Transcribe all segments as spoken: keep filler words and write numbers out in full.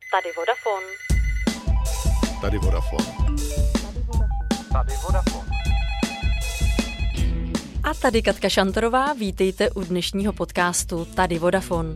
Tady Vodafone. Tady Vodafone. Tady Vodafone. A tady Katka Šantorová, vítejte u dnešního podcastu Tady Vodafone.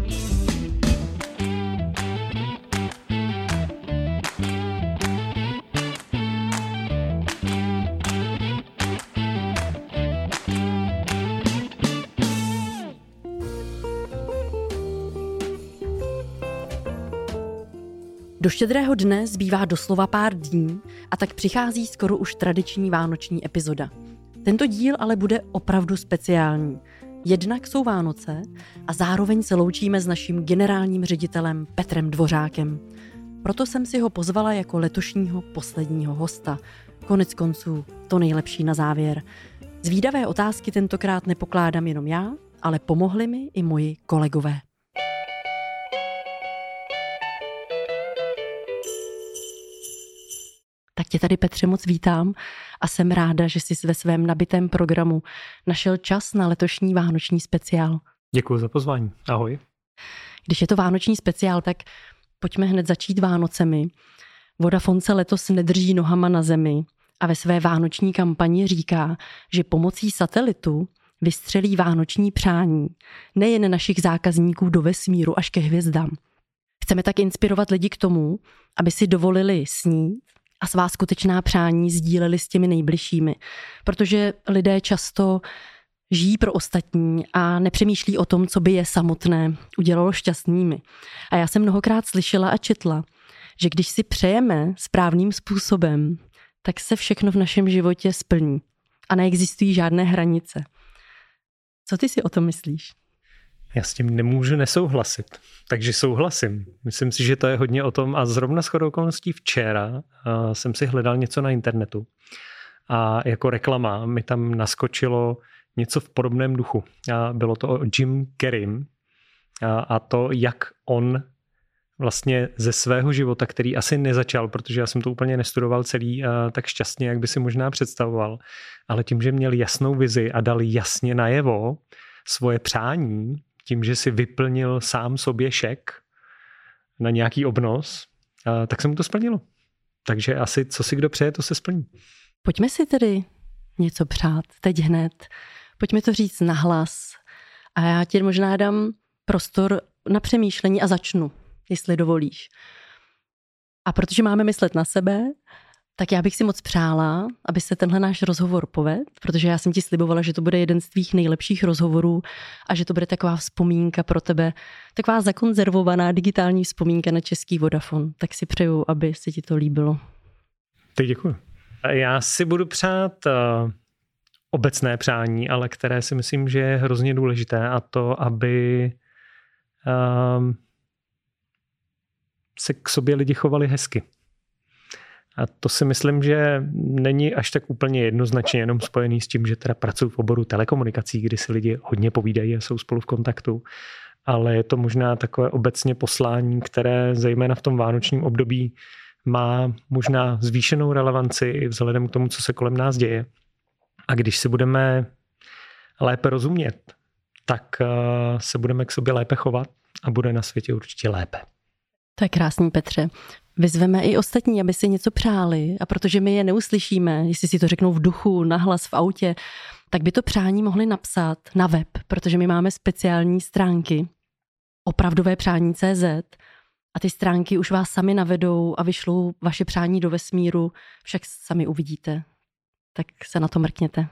Do Štědrého dne zbývá doslova pár dní a tak přichází skoro už tradiční vánoční epizoda. Tento díl ale bude opravdu speciální. Jednak jsou Vánoce a zároveň se loučíme s naším generálním ředitelem Petrem Dvořákem. Proto jsem si ho pozvala jako letošního posledního hosta. Konec konců to nejlepší na závěr. Zvídavé otázky tentokrát nepokládám jenom já, ale pomohli mi i moji kolegové. Tak tě tady, Petře, moc vítám a jsem ráda, že jsi ve svém nabitém programu našel čas na letošní vánoční speciál. Děkuji za pozvání. Ahoj. Když je to vánoční speciál, tak pojďme hned začít Vánocemi. Vodafone se letos nedrží nohama na zemi a ve své vánoční kampani říká, že pomocí satelitu vystřelí vánoční přání nejen našich zákazníků do vesmíru až ke hvězdám. Chceme tak inspirovat lidi k tomu, aby si dovolili snít a svá skutečná přání sdíleli s těmi nejbližšími, protože lidé často žijí pro ostatní a nepřemýšlí o tom, co by je samotné udělalo šťastnými. A já jsem mnohokrát slyšela a četla, že když si přejeme správným způsobem, tak se všechno v našem životě splní a neexistují žádné hranice. Co ty si o tom myslíš? Já s tím nemůžu nesouhlasit, takže souhlasím. Myslím si, že to je hodně o tom a zrovna shodou okolností včera uh, jsem si hledal něco na internetu a jako reklama mi tam naskočilo něco v podobném duchu. A bylo to o Jim Carreym a, a to, jak on vlastně ze svého života, který asi nezačal, protože já jsem to úplně nestudoval celý uh, tak šťastně, jak by si možná představoval, ale tím, že měl jasnou vizi a dal jasně najevo svoje přání, tím, že si vyplnil sám sobě šek na nějaký obnos, tak se mu to splnilo. Takže asi co si kdo přeje, to se splní. Pojďme si tedy něco přát, teď hned. Pojďme to říct nahlas. A já ti možná dám prostor na přemýšlení a začnu, jestli dovolíš. A protože máme myslet na sebe, tak já bych si moc přála, aby se tenhle náš rozhovor povedl, protože já jsem ti slibovala, že to bude jeden z tvých nejlepších rozhovorů a že to bude taková vzpomínka pro tebe, taková zakonzervovaná digitální vzpomínka na český Vodafone. Tak si přeju, aby se ti to líbilo. Tak děkuji. Já si budu přát uh, obecné přání, ale které si myslím, že je hrozně důležité, a to, aby uh, se k sobě lidi chovali hezky. A to si myslím, že není až tak úplně jednoznačně jenom spojený s tím, že teda pracuji v oboru telekomunikací, kdy si lidi hodně povídají a jsou spolu v kontaktu, ale je to možná takové obecně poslání, které zejména v tom vánočním období má možná zvýšenou relevanci i vzhledem k tomu, co se kolem nás děje. A když si budeme lépe rozumět, tak se budeme k sobě lépe chovat a bude na světě určitě lépe. To je krásný, Petře. Vyzveme i ostatní, aby si něco přáli, a protože my je neuslyšíme, jestli si to řeknou v duchu, nahlas v autě, tak by to přání mohli napsat na web, protože my máme speciální stránky opravdové přání tečka cé zet a ty stránky už vás sami navedou a vyšlou vaše přání do vesmíru, však sami uvidíte. Tak se na to mrkněte.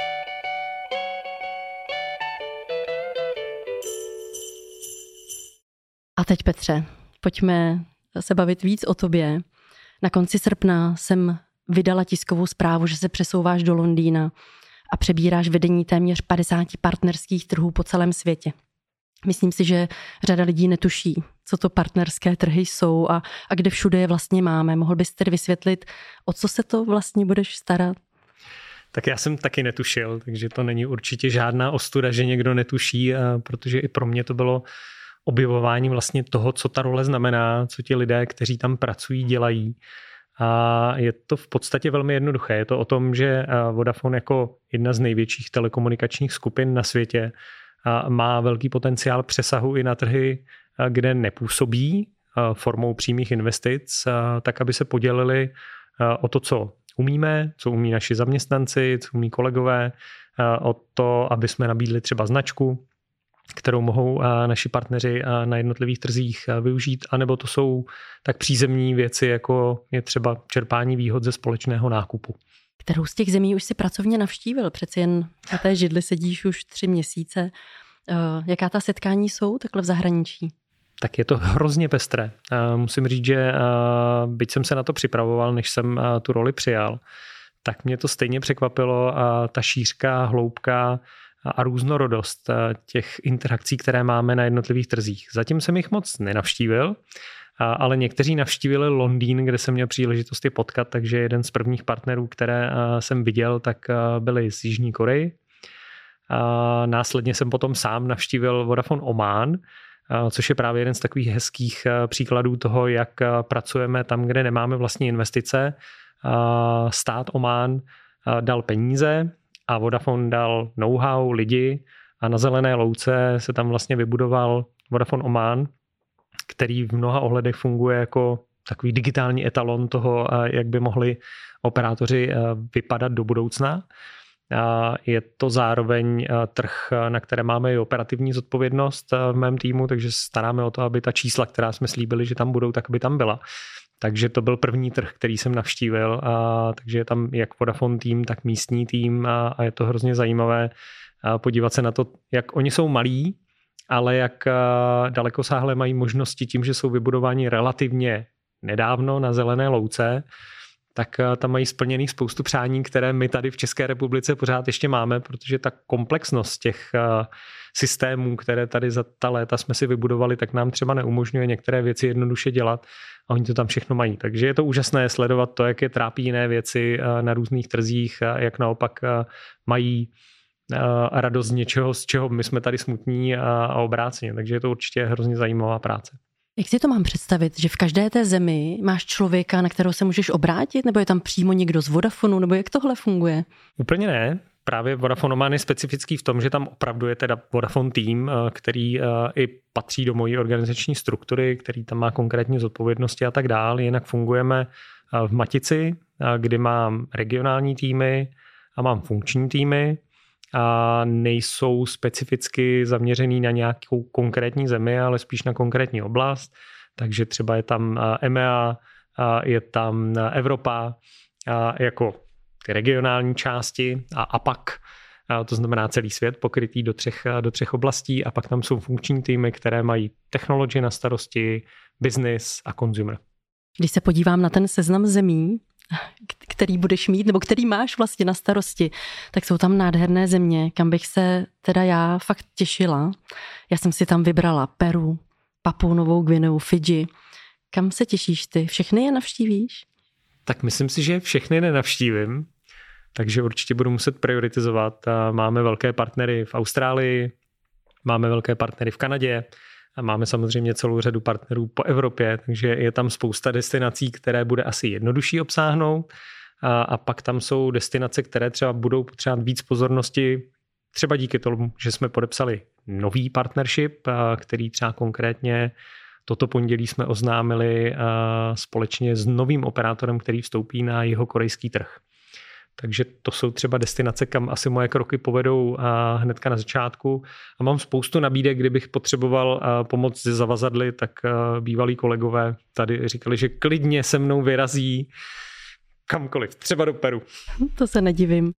A teď, Petře, pojďme se bavit víc o tobě. Na konci srpna jsem vydala tiskovou zprávu, že se přesouváš do Londýna a přebíráš vedení téměř padesáti partnerských trhů po celém světě. Myslím si, že řada lidí netuší, co to partnerské trhy jsou a, a kde všude je vlastně máme. Mohl bys tedy vysvětlit, o co se to vlastně budeš starat? Tak já jsem taky netušil, takže to není určitě žádná ostuda, že někdo netuší, protože i pro mě to bylo objevování vlastně toho, co ta role znamená, co ti lidé, kteří tam pracují, dělají. A je to v podstatě velmi jednoduché. Je to o tom, že Vodafone jako jedna z největších telekomunikačních skupin na světě má velký potenciál přesahu i na trhy, kde nepůsobí formou přímých investic, tak aby se podělili o to, co umíme, co umí naši zaměstnanci, co umí kolegové, o to, aby jsme nabídli třeba značku, kterou mohou naši partneři na jednotlivých trzích využít, anebo to jsou tak přízemní věci, jako je třeba čerpání výhod ze společného nákupu. Kterou z těch zemí už si pracovně navštívil? Přeci jen na té židli sedíš už tři měsíce. Jaká ta setkání jsou takhle v zahraničí? Tak je to hrozně pestré. Musím říct, že byť jsem se na to připravoval, než jsem tu roli přijal, tak mě to stejně překvapilo ta šířka, hloubka a různorodost těch interakcí, které máme na jednotlivých trzích. Zatím jsem jich moc nenavštívil, ale někteří navštívili Londýn, kde jsem měl příležitost je potkat, takže jeden z prvních partnerů, které jsem viděl, tak byli z Jižní Koreji. Následně jsem potom sám navštívil Vodafone Oman, což je právě jeden z takových hezkých příkladů toho, jak pracujeme tam, kde nemáme vlastní investice. Stát Oman dal peníze a Vodafone dal know-how, lidi a na zelené louce se tam vlastně vybudoval Vodafone Oman, který v mnoha ohledech funguje jako takový digitální etalon toho, jak by mohli operátoři vypadat do budoucna. Je to zároveň trh, na které máme i operativní zodpovědnost v mém týmu, takže staráme o to, aby ta čísla, která jsme slíbili, že tam budou, tak aby tam byla. Takže to byl první trh, který jsem navštívil, a takže je tam jak Vodafone tým, tak místní tým a, a je to hrozně zajímavé podívat se na to, jak oni jsou malí, ale jak dalekosáhle mají možnosti tím, že jsou vybudováni relativně nedávno na zelené louce, tak tam mají splněných spoustu přání, které my tady v České republice pořád ještě máme, protože ta komplexnost těch systémů, které tady za ta léta jsme si vybudovali, tak nám třeba neumožňuje některé věci jednoduše dělat a oni to tam všechno mají. Takže je to úžasné sledovat to, jak je trápí jiné věci na různých trzích a jak naopak mají radost z něčeho, z čeho my jsme tady smutní a obráceně. Takže je to určitě hrozně zajímavá práce. Jak si to mám představit, že v každé té zemi máš člověka, na kterého se můžeš obrátit, nebo je tam přímo někdo z Vodafonu, nebo jak tohle funguje? Úplně ne. Právě Vodafone Oman je specifický v tom, že tam opravdu je teda Vodafone tým, který i patří do mojí organizační struktury, který tam má konkrétní zodpovědnosti a tak dále. Jinak fungujeme v Matici, kdy mám regionální týmy a mám funkční týmy a nejsou specificky zaměřený na nějakou konkrétní zemi, ale spíš na konkrétní oblast. Takže třeba je tam E M E A, je tam Evropa jako ty regionální části a A P A C, to znamená celý svět pokrytý do třech, do třech oblastí a pak tam jsou funkční týmy, které mají technology na starosti, business a consumer. Když se podívám na ten seznam zemí, který budeš mít, nebo který máš vlastně na starosti, tak jsou tam nádherné země, kam bych se teda já fakt těšila. Já jsem si tam vybrala Peru, Papuu Novou Gvineu, Fidži. Kam se těšíš ty? Všechny je navštívíš? Tak myslím si, že všechny nenavštívím, takže určitě budu muset prioritizovat. Máme velké partnery v Austrálii, máme velké partnery v Kanadě, a máme samozřejmě celou řadu partnerů po Evropě, takže je tam spousta destinací, které bude asi jednodušší obsáhnout. A, a pak tam jsou destinace, které třeba budou potřebovat víc pozornosti, třeba díky tomu, že jsme podepsali nový partnership, který třeba konkrétně toto pondělí jsme oznámili společně s novým operátorem, který vstoupí na jihokorejský trh. Takže to jsou třeba destinace, kam asi moje kroky povedou hnedka na začátku. A mám spoustu nabídek, kdybych potřeboval pomoc se zavazadly, tak bývalí kolegové tady říkali, že klidně se mnou vyrazí kamkoliv, třeba do Peru. To se nedivím.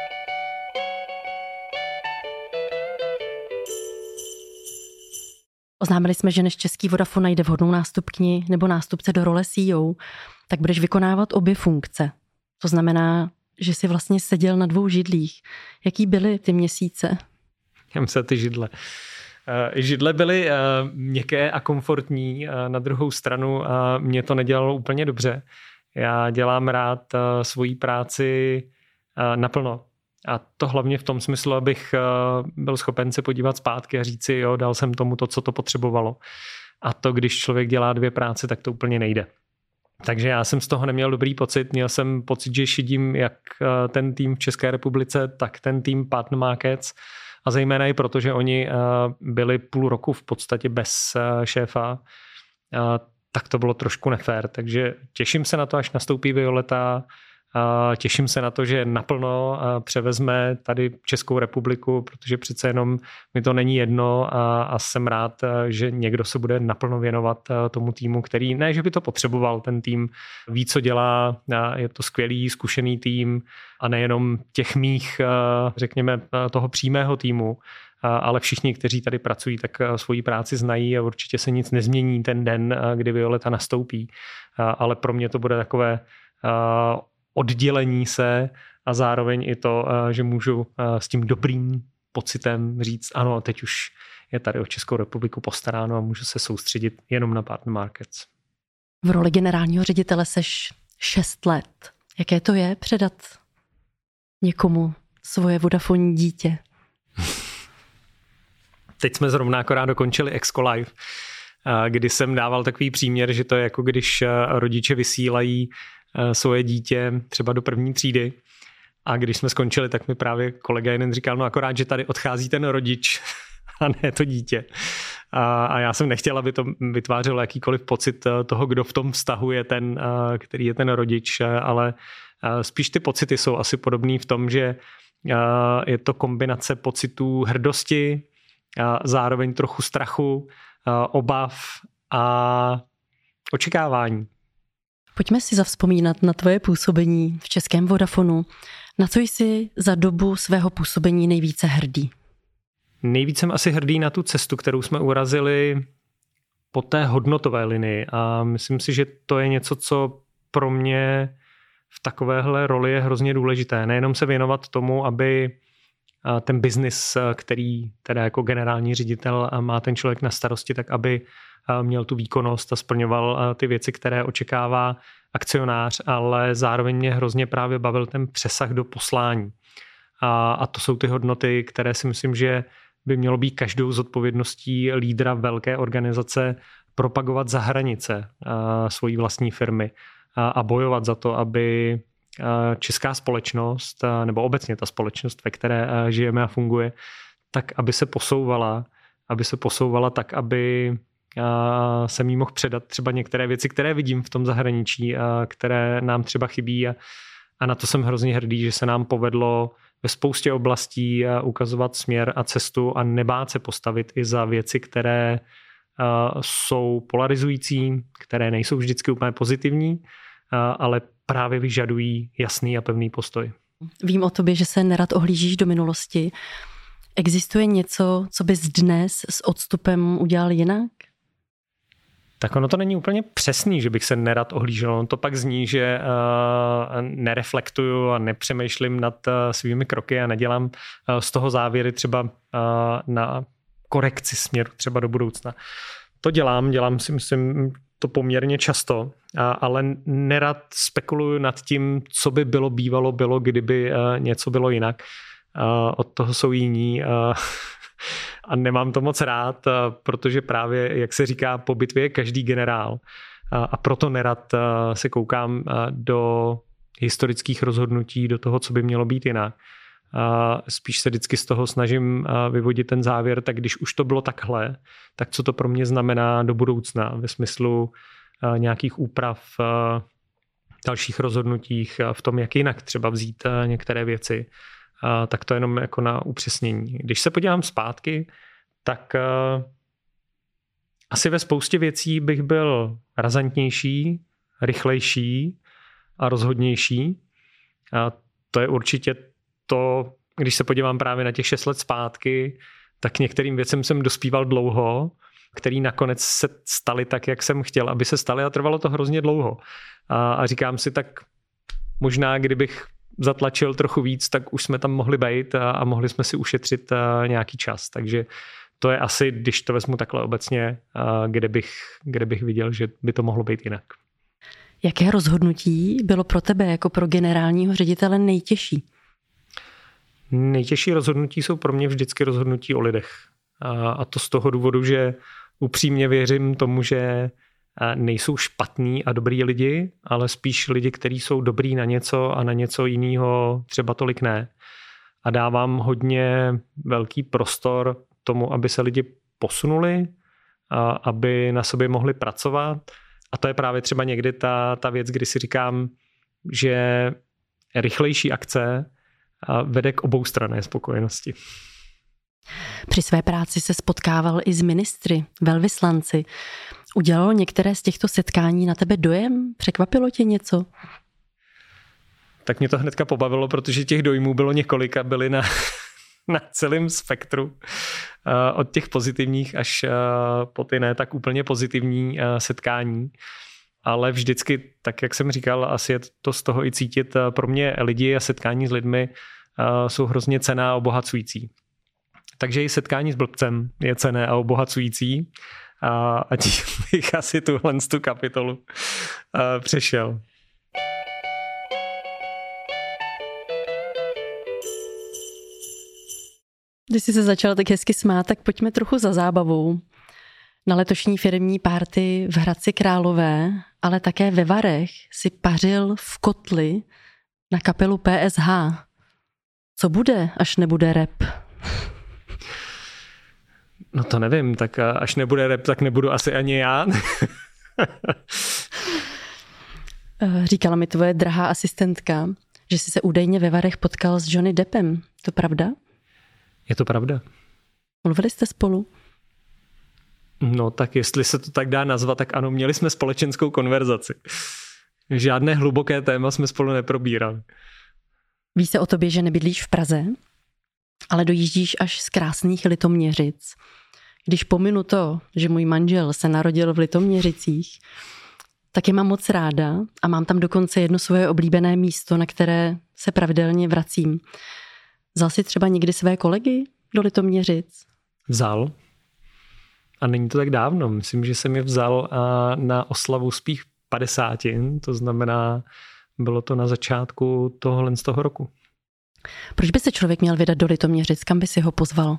Oznámili jsme, že než český Vodafone najde vhodnou nástupkyni nebo nástupce do role C E O, tak budeš vykonávat obě funkce. To znamená, že jsi vlastně seděl na dvou židlích. Jaký byly ty měsíce? Já myslím, ty židle. Židle byly měkké a komfortní, na druhou stranu mě to nedělalo úplně dobře. Já dělám rád svoji práci naplno. A to hlavně v tom smyslu, abych byl schopen se podívat zpátky a říct si, jo, dal jsem tomu to, co to potřebovalo. A to, když člověk dělá dvě práce, tak to úplně nejde. Takže já jsem z toho neměl dobrý pocit. Měl jsem pocit, že šidím jak ten tým v České republice, tak ten tým Partner Markets. A zejména i proto, že oni byli půl roku v podstatě bez šéfa. tak to bylo trošku nefér. Takže těším se na to, až nastoupí Violeta. Těším se na to, že naplno převezme tady Českou republiku, protože přece jenom mi to není jedno a, a jsem rád, že někdo se bude naplno věnovat tomu týmu, který ne, že by to potřeboval, ten tým ví, co dělá, je to skvělý, zkušený tým a nejenom těch mých, řekněme, toho přímého týmu, ale všichni, kteří tady pracují, tak svoji práci znají a určitě se nic nezmění ten den, kdy Violeta nastoupí. Ale pro mě to bude takové oddělení se a zároveň i to, že můžu s tím dobrým pocitem říct, ano, teď už je tady o Českou republiku postaráno a můžu se soustředit jenom na partner markets. V roli generálního ředitele seš šest let. Jaké to je předat někomu svoje vodafonní dítě? Teď jsme zrovna akorát dokončili Exco Live, kdy jsem dával takový příměr, že to je jako když rodiče vysílají svoje dítě třeba do první třídy a když jsme skončili, tak mi právě kolega jeden říkal, no akorát, že tady odchází ten rodič a ne to dítě. A, a já jsem nechtěl, aby to vytvářelo jakýkoliv pocit toho, kdo v tom vztahu je ten, který je ten rodič, ale spíš ty pocity jsou asi podobný v tom, že je to kombinace pocitů hrdosti, zároveň trochu strachu, obav a očekávání. Pojďme si zavzpomínat na tvoje působení v Českém Vodafonu. Na co jsi za dobu svého působení nejvíce hrdý? Nejvíc jsem asi hrdý na tu cestu, kterou jsme urazili po té hodnotové linii a myslím si, že to je něco, co pro mě v takovéhle roli je hrozně důležité. Nejenom se věnovat tomu, aby ten biznis, který teda jako generální ředitel má ten člověk na starosti, tak aby měl tu výkonnost a splňoval ty věci, které očekává akcionář, ale zároveň mě hrozně právě bavil ten přesah do poslání. A, a to jsou ty hodnoty, které si myslím, že by mělo být každou zodpovědností lídra velké organizace propagovat za hranice svojí vlastní firmy a, a bojovat za to, aby česká společnost, nebo obecně ta společnost, ve které žijeme a funguje, tak aby se posouvala, aby se posouvala tak, aby jsem jí mohl předat třeba některé věci, které vidím v tom zahraničí, které nám třeba chybí a, a na to jsem hrozně hrdý, že se nám povedlo ve spoustě oblastí ukazovat směr a cestu a nebát se postavit i za věci, které jsou polarizující, které nejsou vždycky úplně pozitivní, ale právě vyžadují jasný a pevný postoj. Vím o tobě, že se nerad ohlížíš do minulosti. Existuje něco, co bys dnes s odstupem udělal jinak? Tak ono to není úplně přesný, že bych se nerad ohlížel. On to pak zní, že uh, nereflektuju a nepřemýšlím nad uh, svými kroky a nedělám uh, z toho závěry třeba uh, na korekci směru třeba do budoucna. To dělám, dělám si myslím to poměrně často, uh, ale nerad spekuluju nad tím, co by bylo bývalo, bylo, kdyby uh, něco bylo jinak. Uh, od toho jsou jiní uh, a nemám to moc rád, uh, protože právě, jak se říká, po bitvě je každý generál uh, a proto nerad uh, se koukám uh, do historických rozhodnutí, do toho, co by mělo být jinak. Uh, spíš se vždycky z toho snažím uh, vyvodit ten závěr, tak když už to bylo takhle, tak co to pro mě znamená do budoucna ve smyslu uh, nějakých úprav, uh, dalších rozhodnutích, uh, v tom, jak jinak třeba vzít uh, některé věci. Uh, tak to jenom jako na upřesnění. Když se podívám zpátky, tak uh, asi ve spoustě věcí bych byl razantnější, rychlejší a rozhodnější. Uh, to je určitě to, když se podívám právě na těch šest let zpátky, tak některým věcem jsem dospíval dlouho, který nakonec se staly tak, jak jsem chtěl, aby se staly a trvalo to hrozně dlouho. A, a říkám si, tak možná, kdybych zatlačil trochu víc, tak už jsme tam mohli být a, a mohli jsme si ušetřit a, nějaký čas. Takže to je asi, když to vezmu takhle obecně, a, kde, bych, kde bych viděl, že by to mohlo být jinak. Jaké rozhodnutí bylo pro tebe jako pro generálního ředitele nejtěžší? Nejtěžší rozhodnutí jsou pro mě vždycky rozhodnutí o lidech. A, a to z toho důvodu, že upřímně věřím tomu, že nejsou špatní a dobrý lidi, ale spíš lidi, kteří jsou dobrý na něco a na něco jiného třeba tolik ne. A dávám hodně velký prostor tomu, aby se lidi posunuli, a aby na sobě mohli pracovat A to je právě třeba někdy ta, ta věc, kdy si říkám, že rychlejší akce vede k oboustranné spokojenosti. Při své práci se spotkával i s ministry, velvyslanci. Udělalo některé z těchto setkání na tebe dojem? Překvapilo tě něco? Tak mě to hnedka pobavilo, protože těch dojmů bylo několik a byly na, na celém spektru. Od těch pozitivních až po ty ne tak úplně pozitivní setkání. Ale vždycky, tak jak jsem říkal, asi je to z toho i cítit. Pro mě lidi a setkání s lidmi jsou hrozně cenná a obohacující. Takže i setkání s blbcem je cenné a obohacující. A, a tím bych asi tuhle tu kapitolu přešel. Když jsi se začal tak hezky smát, tak pojďme trochu za zábavou. Na letošní firemní party v Hradci Králové, ale také ve Varech si pařil v kotli na kapelu P S H. Co bude, až nebude rap? No to nevím, tak až nebude rap, tak nebudu asi ani já. Říkala mi tvoje drahá asistentka, že jsi se údajně ve Varech potkal s Johnny Deppem. To pravda? Je to pravda. Mluvili jste spolu? No tak jestli se to tak dá nazvat, tak ano, měli jsme společenskou konverzaci. Žádné hluboké téma jsme spolu neprobírali. Ví se o tobě, že nebydlíš v Praze, ale dojíždíš až z krásných Litoměřic. Když pominu to, že můj manžel se narodil v Litoměřicích, tak je mám moc ráda a mám tam dokonce jedno svoje oblíbené místo, na které se pravidelně vracím. Vzal jsi třeba někdy své kolegy do Litoměřic? Vzal. A není to tak dávno. Myslím, že jsem je vzal na oslavu svých padesátin, to znamená, bylo to na začátku tohohle z toho roku. Proč by se člověk měl vydat do Litoměřic? Kam by si ho pozval?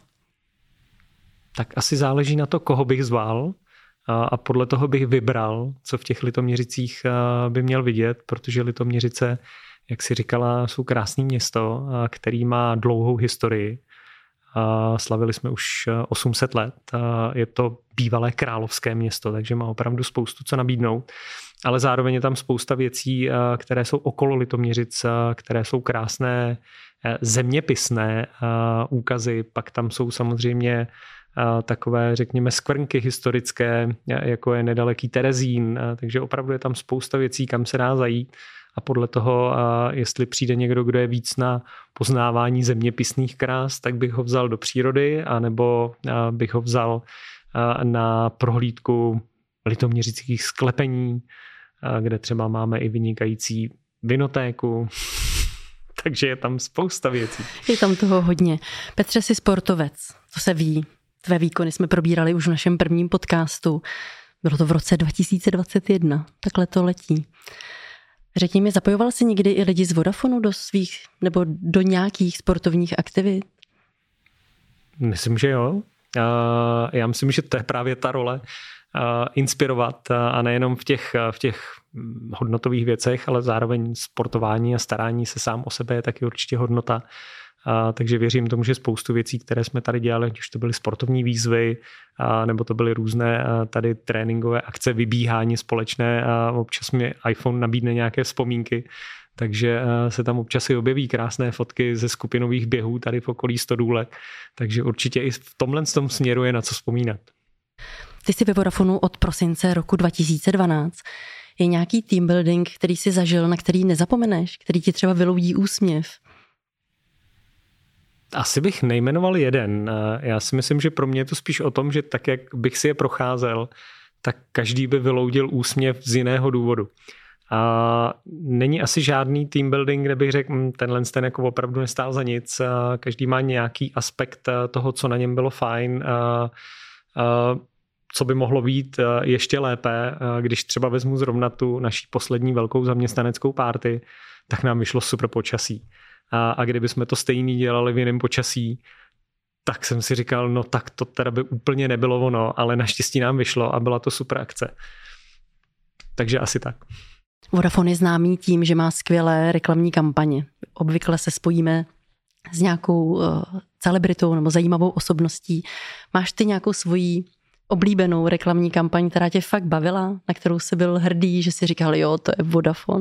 Tak asi záleží na to, koho bych zval a podle toho bych vybral, co v těch Litoměřicích by měl vidět, protože Litoměřice, jak si říkala, jsou krásné město, který má dlouhou historii. Slavili jsme už osm set let. Je to bývalé královské město, takže má opravdu spoustu co nabídnout. Ale zároveň je tam spousta věcí, které jsou okolo Litoměřic, které jsou krásné, zeměpisné úkazy. Pak tam jsou samozřejmě takové, řekněme, skvrnky historické, jako je nedaleký Terezín. Takže opravdu je tam spousta věcí, kam se dá zajít. A podle toho, jestli přijde někdo, kdo je víc na poznávání zeměpisných krás, tak bych ho vzal do přírody, anebo bych ho vzal na prohlídku litoměřických sklepení, kde třeba máme i vynikající vinotéku. Takže je tam spousta věcí. Je tam toho hodně. Petře, jsi sportovec, to se ví. Tvé výkony jsme probírali už v našem prvním podcastu. Bylo to v roce dva tisíce dvacet jedna. Takhle to letí. Řekni mi, zapojoval jsi někdy i lidi z Vodafonu do svých nebo do nějakých sportovních aktivit? Myslím, že jo. Já myslím, že to je právě ta role inspirovat a nejenom v těch, v těch hodnotových věcech, ale zároveň sportování a starání se sám o sebe je taky určitě hodnota. A, takže věřím tomu, že spoustu věcí, které jsme tady dělali, ať už to byly sportovní výzvy, a, nebo to byly různé a, tady tréninkové akce, vybíhání společné a občas mi iPhone nabídne nějaké vzpomínky, takže a, se tam občas i objeví krásné fotky ze skupinových běhů tady v okolí Stodůlek, takže určitě i v tomhle tom směru je na co vzpomínat. Ty jsi ve Vodafonu od prosince roku dva tisíce dvanáct. Je nějaký team building, který jsi zažil, na který nezapomeneš, který ti třeba vyloudí úsměv? Asi bych nejmenoval jeden. Já si myslím, že pro mě je to spíš o tom, že tak, jak bych si je procházel, tak každý by vyloudil úsměv z jiného důvodu. A není asi žádný team building, kde bych řekl, tenhle ten jako opravdu nestál za nic. Každý má nějaký aspekt toho, co na něm bylo fajn, co by mohlo být ještě lépe. Když třeba vezmu zrovna tu naší poslední velkou zaměstnaneckou party, tak nám vyšlo super počasí. A, a kdybychom to stejný dělali v jiném počasí, tak jsem si říkal, no tak to teda by úplně nebylo ono, ale naštěstí nám vyšlo a byla to super akce. Takže asi tak. Vodafone je známý tím, že má skvělé reklamní kampaně. Obvykle se spojíme s nějakou uh, celebritou nebo zajímavou osobností. Máš ty nějakou svoji oblíbenou reklamní kampaň, která tě fakt bavila, na kterou jsi byl hrdý, že si říkal, jo, to je Vodafone?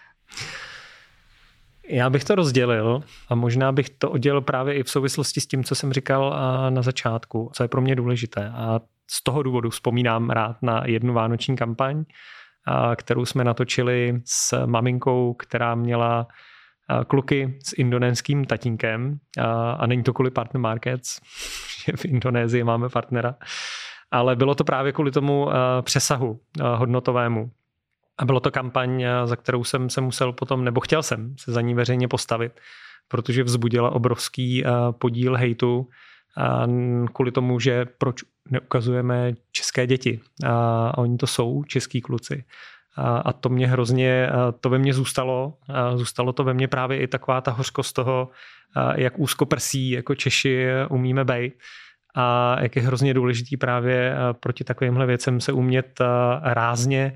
Já bych to rozdělil a možná bych to oddělil právě i v souvislosti s tím, co jsem říkal na začátku, co je pro mě důležité. A z toho důvodu vzpomínám rád na jednu vánoční kampaň, kterou jsme natočili s maminkou, která měla kluky s indonéským tatínkem. A není to kvůli Partner Markets, že v Indonésii máme partnera, ale bylo to právě kvůli tomu přesahu hodnotovému. A bylo to kampaň, za kterou jsem se musel potom, nebo chtěl jsem se za ní veřejně postavit, protože vzbudila obrovský podíl hejtu kvůli tomu, že proč neukazujeme české děti. A oni to jsou český kluci. A to mě hrozně, to ve mně zůstalo. Zůstalo to ve mně právě i taková ta hořkost toho, jak úzkoprsí jako Češi umíme bejt. A jak je hrozně důležitý právě proti takovýmhle věcem se umět rázně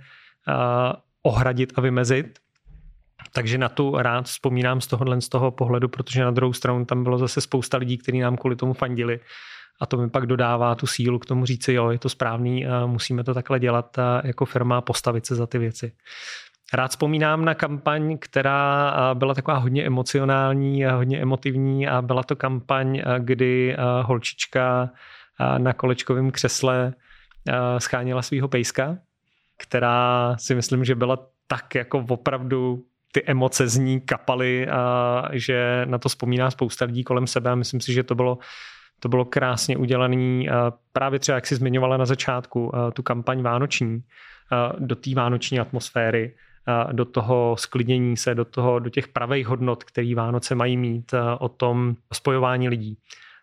ohradit a vymezit. Takže na tu rád vzpomínám z tohohle z toho pohledu, protože na druhou stranu tam bylo zase spousta lidí, kteří nám kvůli tomu fandili. A to mi pak dodává tu sílu k tomu říci, jo, je to správný, musíme to takhle dělat jako firma, postavit se za ty věci. Rád vzpomínám na kampaň, která byla taková hodně emocionální a hodně emotivní a byla to kampaň, kdy holčička na kolečkovém křesle scháněla svýho pejska, která si myslím, že byla tak jako opravdu ty emoce z ní kapaly, a že na to vzpomíná spousta lidí kolem sebe a myslím si, že to bylo, to bylo krásně udělané. Právě třeba, jak jsi zmiňovala na začátku, tu kampaň vánoční, do té vánoční atmosféry, do toho sklidnění se, do, toho, do těch pravých hodnot, který Vánoce mají mít, o tom spojování lidí.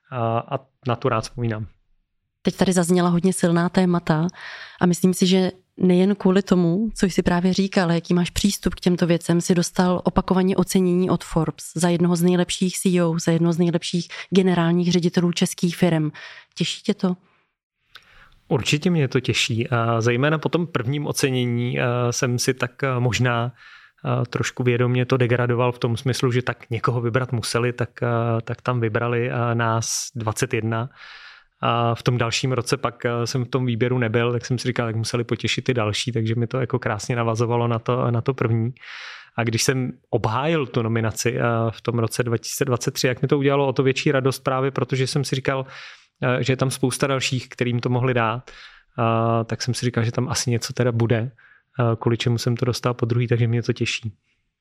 A na to rád vzpomínám. Teď tady zazněla hodně silná témata a myslím si, že nejen kvůli tomu, co jsi právě říkal, jaký máš přístup k těmto věcem, si dostal opakovaně ocenění od Forbes za jednoho z nejlepších C E O, za jednoho z nejlepších generálních ředitelů českých firm. Těší tě to? Určitě mě to těší. A zejména po tom prvním ocenění jsem si tak možná trošku vědomě to degradoval v tom smyslu, že tak někoho vybrat museli, tak, tak tam vybrali nás dvacet jedna. A v tom dalším roce pak jsem v tom výběru nebyl, tak jsem si říkal, tak museli potěšit ty další, takže mi to jako krásně navazovalo na to, na to první. A když jsem obhájil tu nominaci v tom roce dva tisíce dvacet tři, jak mi to udělalo o to větší radost právě, protože jsem si říkal, že je tam spousta dalších, kterým to mohli dát, tak jsem si říkal, že tam asi něco teda bude, kvůli čemu jsem to dostal po druhý, takže mě to těší.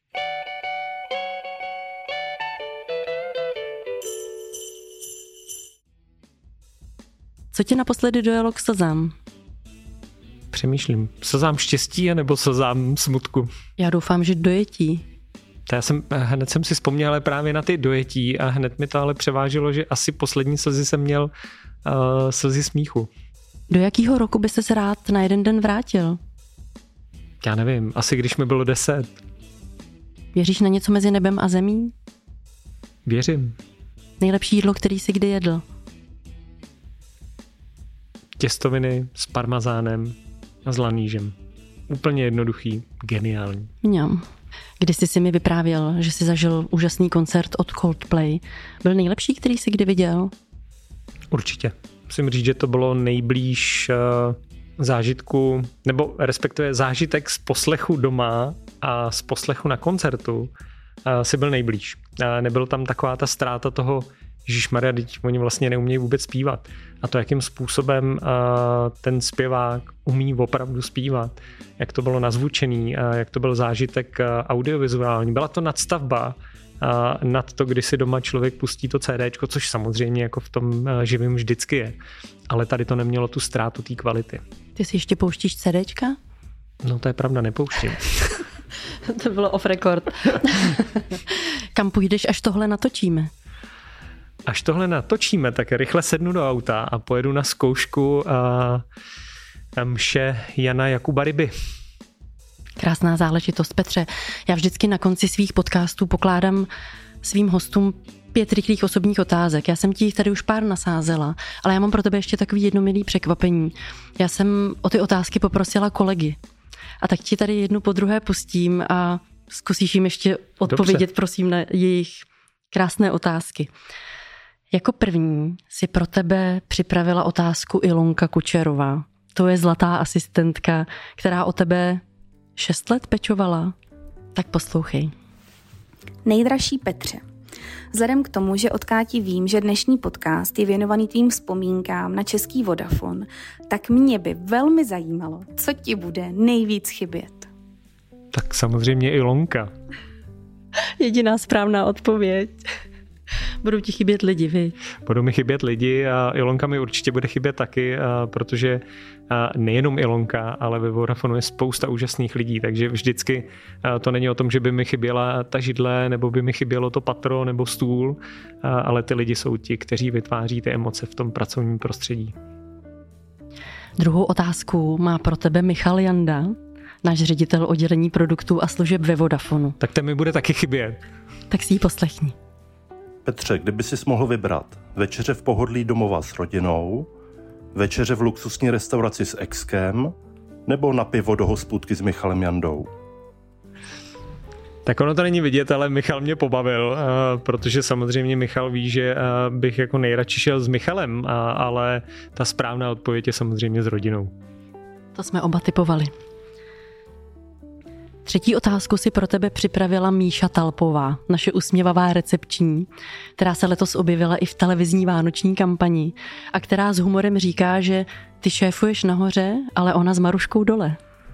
Co tě naposledy dojelo k slzám? Přemýšlím. Slzám štěstí nebo slzám smutku? Já doufám, že dojetí. To já jsem, hned jsem si vzpomněl ale právě na ty dojetí a hned mi to ale převážilo, že asi poslední slzy jsem měl uh, slzy smíchu. Do jakého roku byste se rád na jeden den vrátil? Já nevím, asi když mi bylo deset. Věříš na něco mezi nebem a zemí? Věřím. Nejlepší jídlo, který jsi kdy jedl? Těstoviny s parmazánem a s lanýžem. Úplně jednoduchý, geniální. Mňam. Když jsi si mi vyprávěl, že jsi zažil úžasný koncert od Coldplay, byl nejlepší, který jsi kdy viděl? Určitě. Musím říct, že to bylo nejblíž uh, zážitku, nebo respektive zážitek z poslechu doma a z poslechu na koncertu uh, si byl nejblíž. Uh, nebyl tam taková ta ztráta toho, ježišmarja, teď oni vlastně neumějí vůbec zpívat. A to, jakým způsobem uh, ten zpěvák umí opravdu zpívat, jak to bylo nazvučený, uh, jak to byl zážitek uh, audiovizuální. Byla to nadstavba uh, nad to, kdy si doma člověk pustí to CDčko, což samozřejmě jako v tom uh, živým vždycky je. Ale tady to nemělo tu ztrátu té kvality. Ty si ještě pouštíš CDčka? No to je pravda, nepouštím. To bylo off record. Kam půjdeš, až tohle natočíme? Až tohle natočíme, tak rychle sednu do auta a pojedu na zkoušku uh, mše Jana Jakuba Ryby. Krásná záležitost, Petře. Já vždycky na konci svých podcastů pokládám svým hostům pět rychlých osobních otázek. Já jsem ti jich tady už pár nasázela, ale já mám pro tebe ještě takový jedno milý překvapení. Já jsem o ty otázky poprosila kolegy. A tak ti tady jednu po druhé pustím a zkusíš jim ještě odpovědět, Dobře. prosím, na jejich krásné otázky. Jako první si pro tebe připravila otázku Ilonka Kučerová. To je zlatá asistentka, která o tebe šest let pečovala. Tak poslouchej. Nejdražší Petře, vzhledem k tomu, že od Káti vím, že dnešní podcast je věnovaný tvým vzpomínkám na český Vodafone, tak mě by velmi zajímalo, co ti bude nejvíc chybět. Tak samozřejmě Ilonka. Jediná správná odpověď. Budou ti chybět lidi, vy? Budou mi chybět lidi a Ilonka mi určitě bude chybět taky, protože nejenom Ilonka, ale ve Vodafonu je spousta úžasných lidí, takže vždycky to není o tom, že by mi chyběla ta židle, nebo by mi chybělo to patro nebo stůl, ale ty lidi jsou ti, kteří vytváří ty emoce v tom pracovním prostředí. Druhou otázku má pro tebe Michal Janda, náš ředitel oddělení produktů a služeb ve Vodafonu. Tak ten mi bude taky chybět. Tak si ji poslechni. Petře, kdyby sis mohl vybrat večeře v pohodlí domova s rodinou, večeře v luxusní restauraci s exkem nebo na pivo do hospůdky s Michalem Jandou? Tak ono to není vidět, ale Michal mě pobavil, protože samozřejmě Michal ví, že bych jako nejradši šel s Michalem, ale ta správná odpověď je samozřejmě s rodinou. To jsme oba typovali. Třetí otázku si pro tebe připravila Míša Talpová, naše usměvavá recepční, která se letos objevila i v televizní vánoční kampani a která s humorem říká, že ty šéfuješ nahoře, ale ona s Maruškou dole.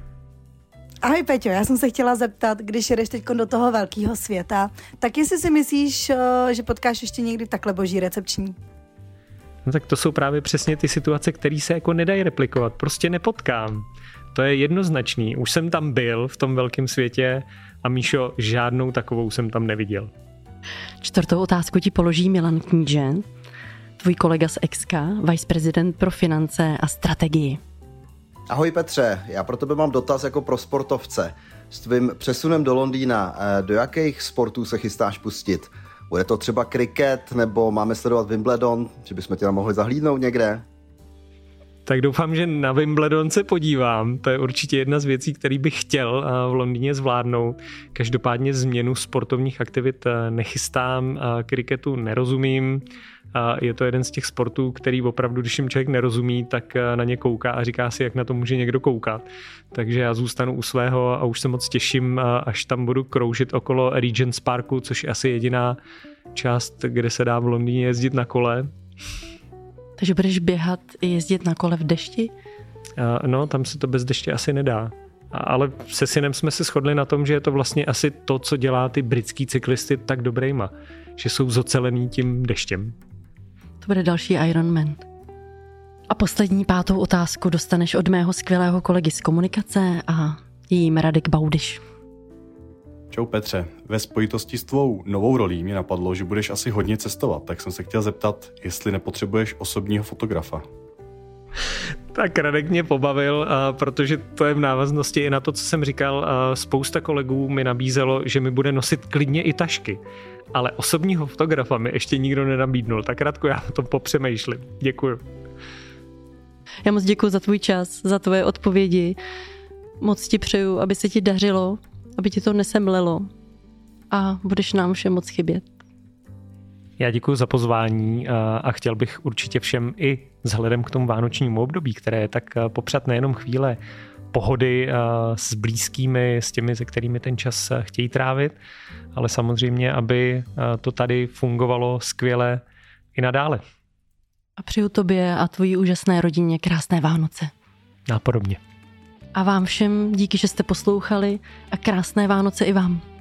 Ahoj Peťo, já jsem se chtěla zeptat, když jedeš teď do toho velkého světa, tak jestli si myslíš, že potkáš ještě někdy takhle boží recepční? No tak to jsou právě přesně ty situace, které se jako nedají replikovat, prostě nepotkám. To je jednoznačný. Už jsem tam byl v tom velkém světě a Míšo, žádnou takovou jsem tam neviděl. Čtvrtou otázku ti položí Milan Kníže, tvůj kolega z Exka, viceprezident pro finance a strategii. Ahoj Petře, já pro tebe mám dotaz jako pro sportovce. S tvým přesunem do Londýna, do jakých sportů se chystáš pustit? Bude to třeba kriket, nebo máme sledovat Wimbledon, že bychom tě tam mohli zahlídnout někde? Tak doufám, že na Wimbledon se podívám. To je určitě jedna z věcí, který bych chtěl v Londýně zvládnout. Každopádně změnu sportovních aktivit nechystám, kriketu nerozumím. Je to jeden z těch sportů, který opravdu, když jim člověk nerozumí, tak na ně kouká a říká si, jak na to může někdo koukat. Takže já zůstanu u svého a už se moc těším, až tam budu kroužit okolo Regent's Parku, což je asi jediná část, kde se dá v Londýně jezdit na kole. Takže budeš běhat i jezdit na kole v dešti? No, tam se to bez deště asi nedá. Ale se synem jsme se shodli na tom, že je to vlastně asi to, co dělá ty britský cyklisty tak dobrejma. Že jsou zocelený tím deštěm. To bude další Ironman. A poslední pátou otázku dostaneš od mého skvělého kolegy z komunikace a je jím Radek Baudyš. Čau Petře, ve spojitosti s tvou novou rolí mě napadlo, že budeš asi hodně cestovat, tak jsem se chtěl zeptat, jestli nepotřebuješ osobního fotografa. Tak Radek mě pobavil, protože to je v návaznosti i na to, co jsem říkal. Spousta kolegů mi nabízelo, že mi bude nosit klidně i tašky, ale osobního fotografa mi ještě nikdo nenabídnul. Tak Radku, já o tom popřemýšlím. Děkuju. Já moc děkuju za tvůj čas, za tvoje odpovědi. Moc ti přeju, aby se ti dařilo, aby ti to nesemlelo a budeš nám všem moc chybět. Já děkuji za pozvání a chtěl bych určitě všem i vzhledem k tomu vánočnímu období, které je tak popřát nejenom chvíle pohody s blízkými, s těmi, se kterými ten čas chtějí trávit, ale samozřejmě, aby to tady fungovalo skvěle i nadále. A přeju tobě a tvojí úžasné rodině krásné Vánoce. A podobně. A vám všem díky, že jste poslouchali a krásné Vánoce i vám.